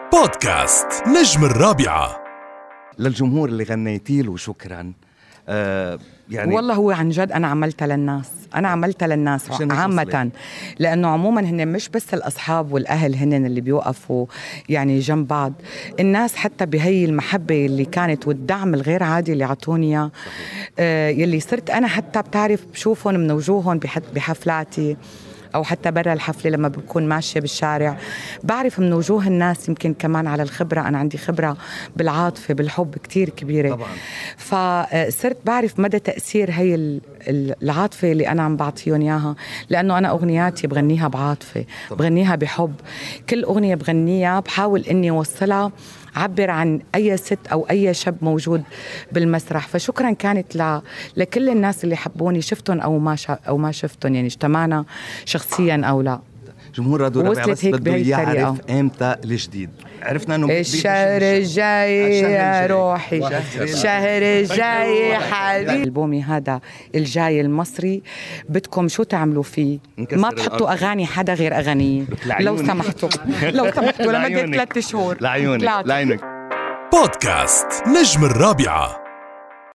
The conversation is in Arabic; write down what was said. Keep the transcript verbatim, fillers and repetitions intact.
بودكاست نجم الرابعة. للجمهور اللي غنيتي له شكرا. آه يعني والله هو عن جد أنا عملتها للناس، أنا عملتها للناس عامة، لأنه عموما هن مش بس الأصحاب والأهل هن اللي بيوقفوا يعني جنب بعض، الناس حتى بهي المحبة اللي كانت والدعم الغير عادي اللي عطوني، آه يلي صرت أنا حتى بتعرف بشوفهم من وجوههم بحفلاتي أو حتى برا الحفلة لما بكون ماشية بالشارع، بعرف من وجوه الناس. يمكن كمان على الخبرة، أنا عندي خبرة بالعاطفة بالحب كتير كبيرة طبعاً. فصرت بعرف مدى تأثير هي العاطفة اللي أنا عم بعطيهم إياها، لأنه أنا أغنياتي بغنيها بعاطفة، بغنيها بحب. كل أغنية بغنيها بحاول إني أوصلها عبر عن أي ست أو أي شاب موجود بالمسرح. فشكرا كانت ل... لكل الناس اللي حبوني، شفتهم أو ما شا... أو ما شفتهم، يعني اجتمعنا شخصيا أو لا. جمهور راديو الرابعة بس بده يعرف امتى الجديد. عرفنا انه الشهر الجاي يا روحي، الشهر الجاي حبيبي. البومي هذا الجاي المصري بدكم شو تعملوا فيه؟ ما تحطوا اغاني حدا غير اغاني لو سمحتوا، لو سمحتوا لمدة ثلاث شهور. لعيونك لعيونك. بودكاست نجم الرابعة.